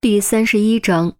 第31章。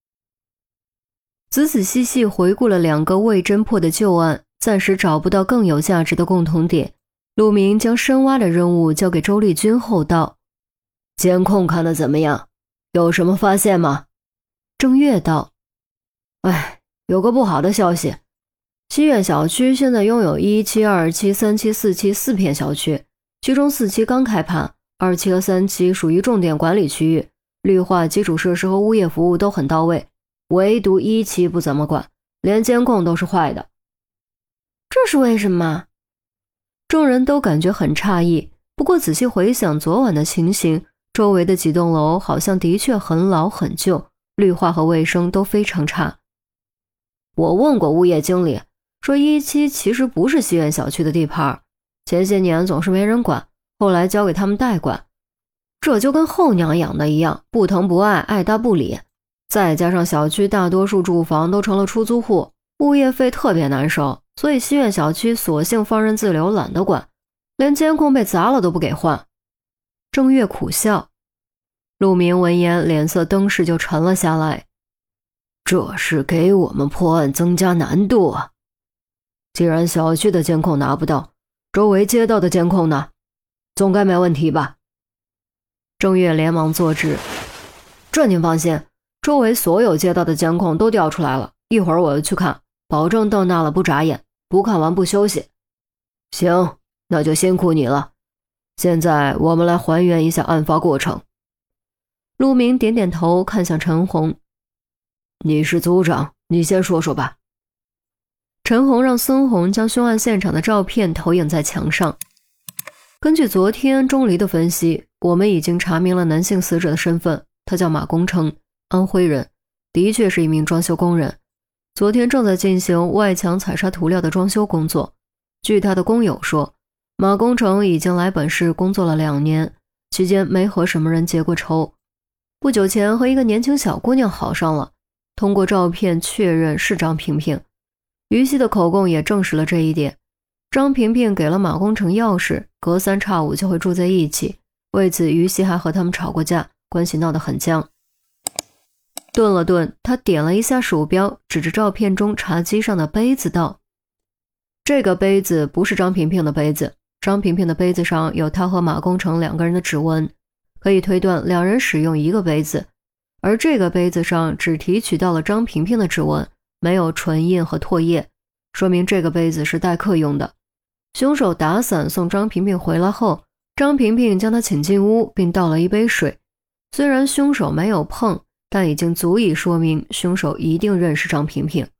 仔仔细细回顾了2个未侦破的旧案，暂时找不到更有价值的共同点。陆明将深挖的任务交给周丽君后道： 监控看得怎么样？有什么发现吗？ 郑月道： 有个不好的消息，西苑小区现在拥有1期、2期、3期、4期4片小区，其中4期刚开盘，2期和3期属于重点管理区域，绿化、基础设施和物业服务都很到位，唯独1期不怎么管，连监控都是坏的。 这是为什么？众人都感觉很诧异，不过仔细回想昨晚的情形，周围的几栋楼好像的确很老很旧，绿化和卫生都非常差。 我问过物业经理，说1期其实不是西苑小区的地盘，前些年总是没人管，后来交给他们代管，这就跟后娘养的一样，不疼不爱，爱搭不理。再加上小区大多数住房都成了出租户，物业费特别难收，所以西苑小区索性放任自流，懒得管，连监控被砸了都不给换。 郑月苦笑。陆明闻言脸色登时就沉了下来。 这是给我们破案增加难度啊！既然小区的监控拿不到，周围街道的监控呢？总该没问题吧？ 郑月连忙坐直。 这您放心，周围所有街道的监控都调出来了，一会儿我就去看，保证瞪大了不眨眼，不看完不休息。行，那就辛苦你了。现在我们来还原一下案发过程。 陆明点点头，看向陈红。 你是组长，你先说说吧。 陈红让孙红将凶案现场的照片投影在墙上。根据昨天钟离的分析，我们已经查明了男性死者的身份，他叫马功成，安徽人，的确是一名装修工人。昨天正在进行外墙采砂涂料的装修工作。据他的工友说，马功成已经来本市工作了2年，期间没和什么人结过仇。不久前和一个年轻小姑娘好上了，通过照片确认是张萍萍。于西的口供也证实了这一点。张萍萍给了马功成钥匙，隔3差5就会住在一起，为此于西还和他们吵过架，关系闹得很僵。顿了顿，他点了一下鼠标，指着照片中茶几上的杯子道：这个杯子不是张萍萍的杯子，张萍萍的杯子上有他和马功成2个人的指纹，可以推断2人使用一个杯子，而这个杯子上只提取到了张萍萍的指纹，没有唇印和唾液，说明这个杯子是待客用的。凶手打伞送张萍萍回来后，张萍萍将她请进屋并倒了一杯水，虽然凶手没有碰，但已经足以说明凶手一定认识张萍萍。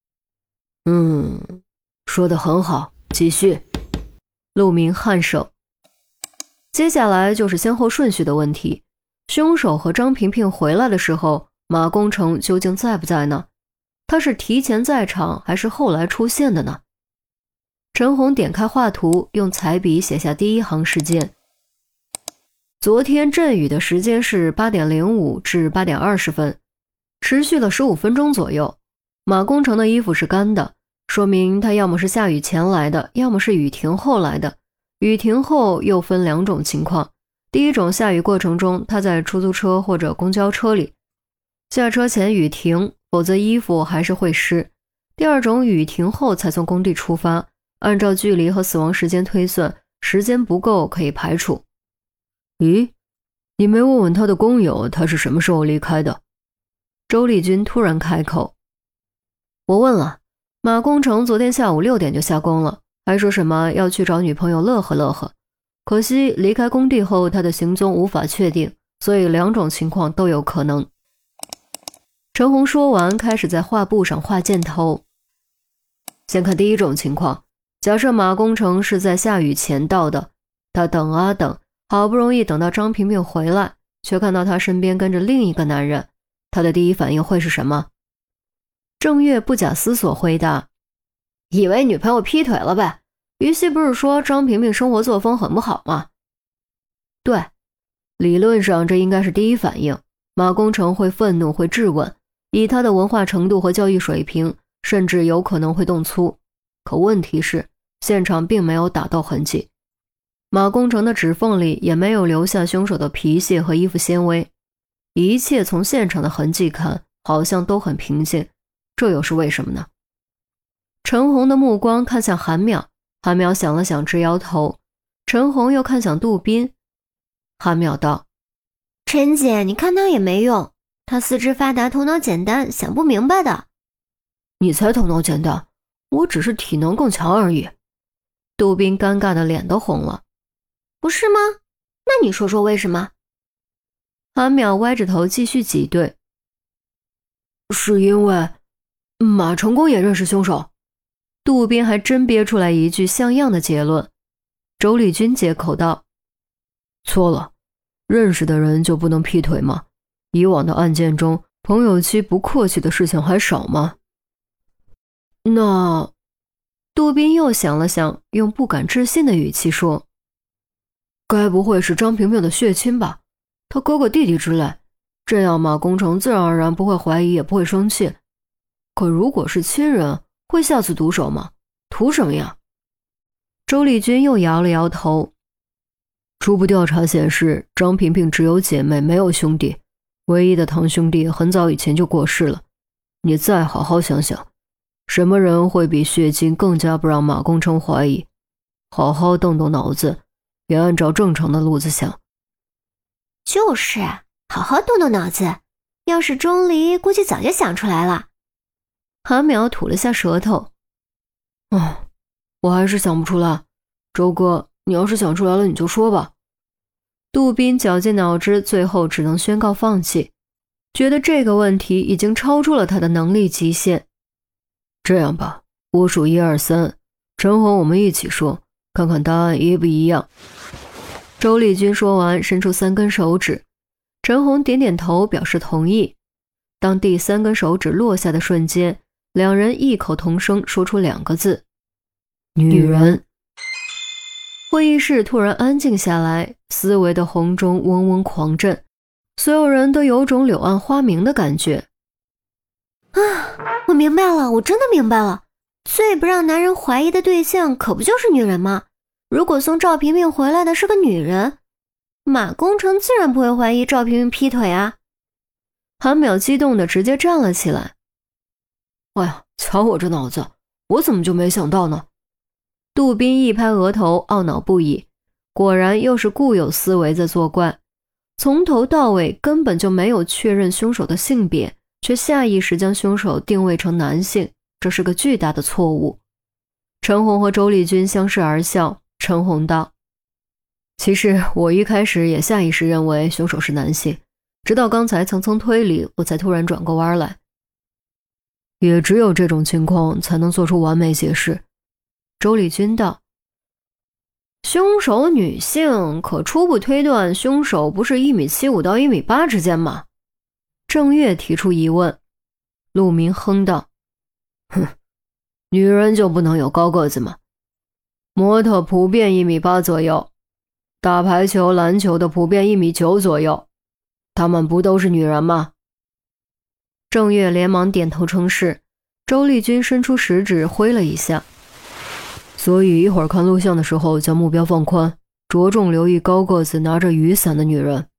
说得很好，继续。 陆明颔首。接下来就是先后顺序的问题，凶手和张萍萍回来的时候，马功成究竟在不在呢？他是提前在场还是后来出现的呢？陈红点开画图，用彩笔写下第1行时间。昨天阵雨的时间是8点05至8点20分，持续了15分钟左右。马功成的衣服是干的，说明他要么是下雨前来的，要么是雨停后来的。雨停后又分2种情况，第一种，下雨过程中他在出租车或者公交车里，下车前雨停，否则衣服还是会湿。第二种，雨停后才从工地出发，按照距离和死亡时间推算，时间不够可以排除。 咦，你没问问他的工友他是什么时候离开的？ 周丽君突然开口。我问了，马功成昨天下午6点就下工了，还说什么要去找女朋友乐呵乐呵。可惜离开工地后他的行踪无法确定，所以2种情况都有可能。陈红说完，开始在画布上画箭头。先看第一种情况，假设马功成是在下雨前到的，他等啊等，好不容易等到张萍萍回来，却看到他身边跟着另一个男人，他的第一反应会是什么？郑月不假思索回答： 以为女朋友劈腿了呗。于西不是说张萍萍生活作风很不好吗？ 对，理论上这应该是第一反应。马功成会愤怒，会质问，以他的文化程度和教育水平，甚至有可能会动粗。可问题是，现场并没有打斗痕迹，马功成的指缝里也没有留下凶手的皮屑和衣服纤维。 一切从现场的痕迹看，好像都很平静，这又是为什么呢？陈红的目光看向韩淼，韩淼想了想，直摇头。陈红又看向杜宾，韩淼道： 陈姐，你看他也没用，他四肢发达，头脑简单，想不明白的。 你才头脑简单，我只是体能更强而已。杜宾尴尬的脸都红了。 不是吗？那你说说为什么？ 韩淼歪着头继续挤兑。是因为马成功也认识凶手。杜宾还真憋出来一句像样的结论。周丽君接口道：错了，认识的人就不能劈腿吗？以往的案件中，朋友妻不客气的事情还少吗？那……杜宾又想了想，用不敢置信的语气说：该不会是张萍萍的血亲吧？他哥哥弟弟之类，这样马工程自然而然不会怀疑，也不会生气。可如果是亲人，会下次毒手吗？图什么呀？周丽君又摇了摇头。初步调查显示，张萍萍只有姐妹，没有兄弟，唯一的堂兄弟很早以前就过世了。你再好好想想，什么人会比血亲更加不让马工程怀疑？好好动动脑子，也按照正常的路子想。 就是，好好动动脑子，要是钟离估计早就想出来了。 韩淼吐了下舌头。我还是想不出来。周哥，你要是想出来了你就说吧。杜宾绞尽脑汁，最后只能宣告放弃，觉得这个问题已经超出了他的能力极限。这样吧，我数1、2、3，陈红我们一起说，看看答案一不一样。周丽君说完，伸出3根手指，陈红点点头表示同意。当第3根手指落下的瞬间，两人异口同声说出2个字：女人。会议室突然安静下来，思维的红钟嗡嗡狂震，所有人都有种柳暗花明的感觉。 我明白了，我真的明白了。最不让男人怀疑的对象可不就是女人吗？如果送赵萍萍回来的是个女人，马工程自然不会怀疑赵萍萍劈腿啊。 韩淼激动的直接站了起来。哎呀，瞧我这脑子，我怎么就没想到呢？杜宾一拍额头，懊恼不已，果然又是固有思维在作怪，从头到尾根本就没有确认凶手的性别，却下意识将凶手定位成男性，这是个巨大的错误。陈红和周丽君相视而笑，陈红道：其实我一开始也下意识认为凶手是男性，直到刚才层层推理，我才突然转过弯来。也只有这种情况才能做出完美解释。周丽君道：凶手女性，可初步推断凶手不是1.75米到1.8米之间吗？郑月提出疑问。陆明哼道：女人就不能有高个子吗？模特普遍1.8米左右，打排球篮球的普遍1.9米左右，她们不都是女人吗？郑月连忙点头称是。周丽君伸出食指挥了一下。所以一会儿看录像的时候将目标放宽，着重留意高个子拿着雨伞的女人。